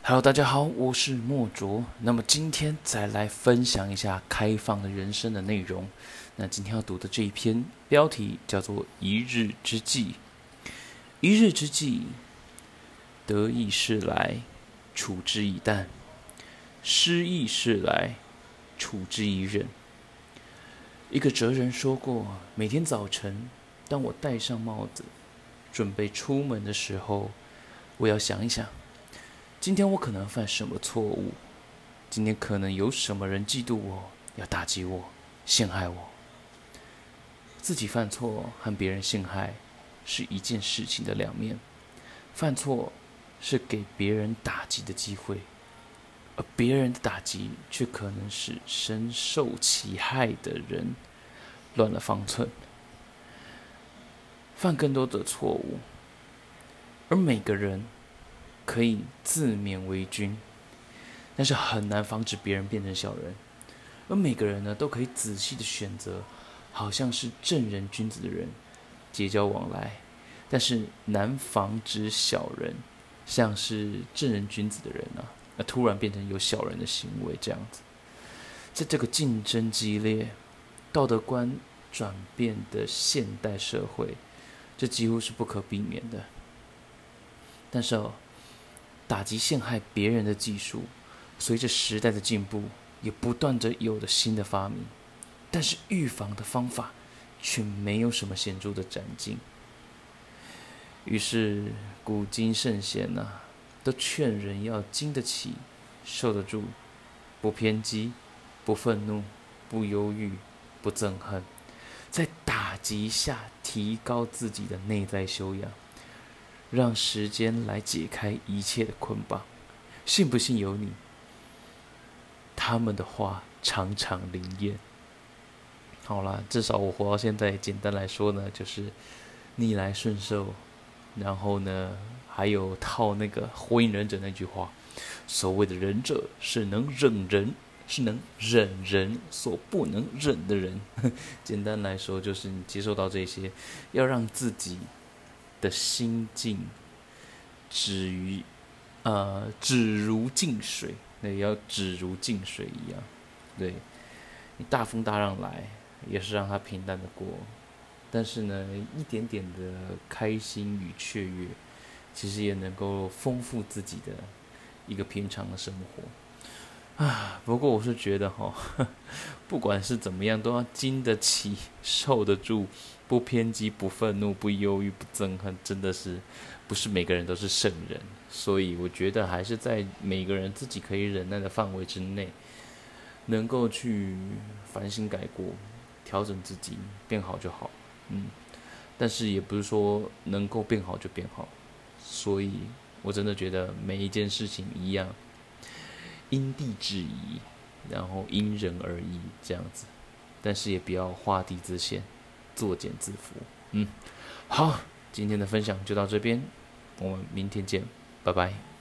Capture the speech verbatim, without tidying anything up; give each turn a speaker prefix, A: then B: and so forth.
A: Hello，大家好，我是莫卓。那么今天再来分享一下开放的人生的内容。那今天要读的这一篇标题叫做《一日之计》。一日之计，得意事来，处之以淡；失意事来，处之以忍。一个哲人说过，每天早晨，当我戴上帽子，准备出门的时候，我要想一想。今天我可能犯什么错误？今天可能有什么人嫉妒我，要打击我，陷害我？自己犯错和别人陷害是一件事情的两面。犯错是给别人打击的机会，而别人的打击却可能使深受其害的人乱了方寸，犯更多的错误。而每个人可以自勉为君，但是很难防止别人变成小人。而每个人呢，都可以仔细的选择，好像是正人君子的人结交往来，但是难防止小人，像是正人君子的人啊，那突然变成有小人的行为这样子。在这个竞争激烈、道德观转变的现代社会，这几乎是不可避免的。但是哦，打击陷害别人的技术，随着时代的进步，也不断的有了新的发明，但是预防的方法却没有什么显著的长进。于是古今圣贤呐、啊，都劝人要经得起、受得住，不偏激，不愤怒，不忧郁，不憎恨，在打击下提高自己的内在修养。让时间来解开一切的捆绑，信不信由你。他们的话常常灵验。好啦，至少我活到现在，简单来说呢，就是逆来顺受。然后呢，还有套那个火影忍者那句话，所谓的忍者是能忍人，是能忍人所不能忍的人。简单来说，就是你接受到这些，要让自己的心境止于呃止如静水，那也要止如静水一样。对，你大风大浪来，也是让它平淡的过。但是呢，一点点的开心与雀跃，其实也能够丰富自己的一个平常的生活。啊，不过我是觉得哈，不管是怎么样，都要经得起、受得住，不偏激、不愤怒、不忧郁、不憎恨，真的是不是每个人都是圣人。所以我觉得还是在每个人自己可以忍耐的范围之内，能够去反省改过，调整自己，变好就好。嗯，但是也不是说能够变好就变好，所以我真的觉得每一件事情一样。因地制宜，然后因人而异这样子，但是也不要画地自限，作茧自缚。嗯，好，今天的分享就到这边，我们明天见，拜拜。